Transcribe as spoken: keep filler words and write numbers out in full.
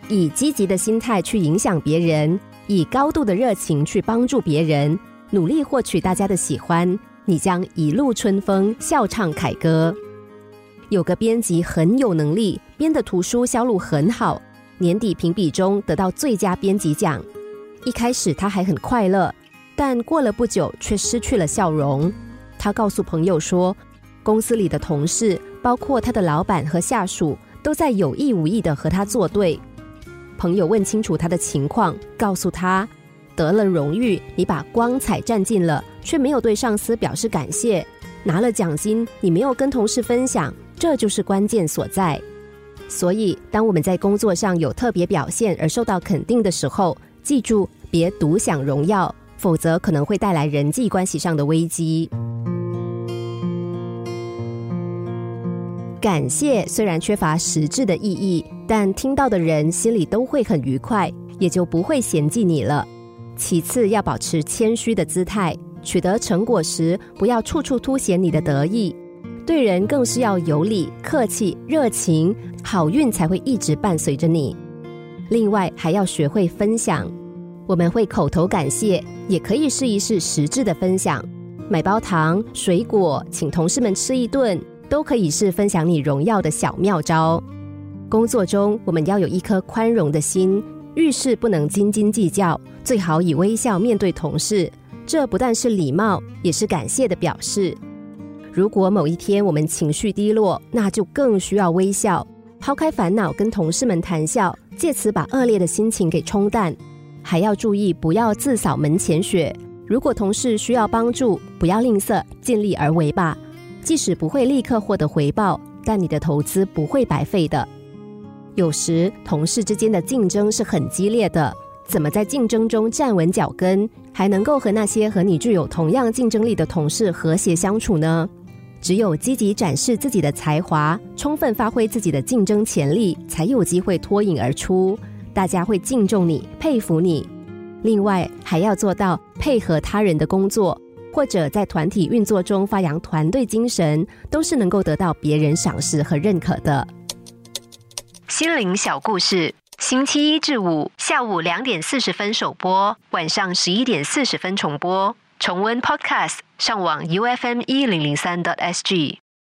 以积极的心态去影响别人，以高度的热情去帮助别人，努力获取大家的喜欢，你将一路春风，笑唱凯歌。有个编辑很有能力，编的图书销路很好，年底评比中得到最佳编辑奖。一开始他还很快乐，但过了不久却失去了笑容。他告诉朋友说，公司里的同事，包括他的老板和下属，都在有意无意地和他作对。朋友问清楚他的情况，告诉他，得了荣誉，你把光彩占尽了，却没有对上司表示感谢；拿了奖金，你没有跟同事分享，这就是关键所在。所以，当我们在工作上有特别表现而受到肯定的时候，记住，别独享荣耀，否则可能会带来人际关系上的危机。感谢虽然缺乏实质的意义，但听到的人心里都会很愉快，也就不会嫌弃你了。其次，要保持谦虚的姿态，取得成果时不要处处凸显你的得意，对人更是要有礼、客气、热情，好运才会一直伴随着你。另外，还要学会分享。我们会口头感谢，也可以试一试实质的分享，买包糖、水果，请同事们吃一顿，都可以是分享你荣耀的小妙招。工作中，我们要有一颗宽容的心，遇事不能斤斤计较，最好以微笑面对同事，这不但是礼貌，也是感谢的表示。如果某一天我们情绪低落，那就更需要微笑，抛开烦恼跟同事们谈笑，借此把恶劣的心情给冲淡。还要注意不要自扫门前雪，如果同事需要帮助，不要吝啬，尽力而为吧。即使不会立刻获得回报，但你的投资不会白费的。有时同事之间的竞争是很激烈的，怎么在竞争中站稳脚跟，还能够和那些和你具有同样竞争力的同事和谐相处呢？只有积极展示自己的才华，充分发挥自己的竞争潜力，才有机会脱颖而出，大家会敬重你，佩服你。另外，还要做到配合他人的工作，或者在团体运作中发扬团队精神，都是能够得到别人赏识和认可的。心灵小故事，星期一至五下午两点四十分首播，晚上十一点四十分重播。重温 Podcast， 上网 U F M 一零零三 点 S G。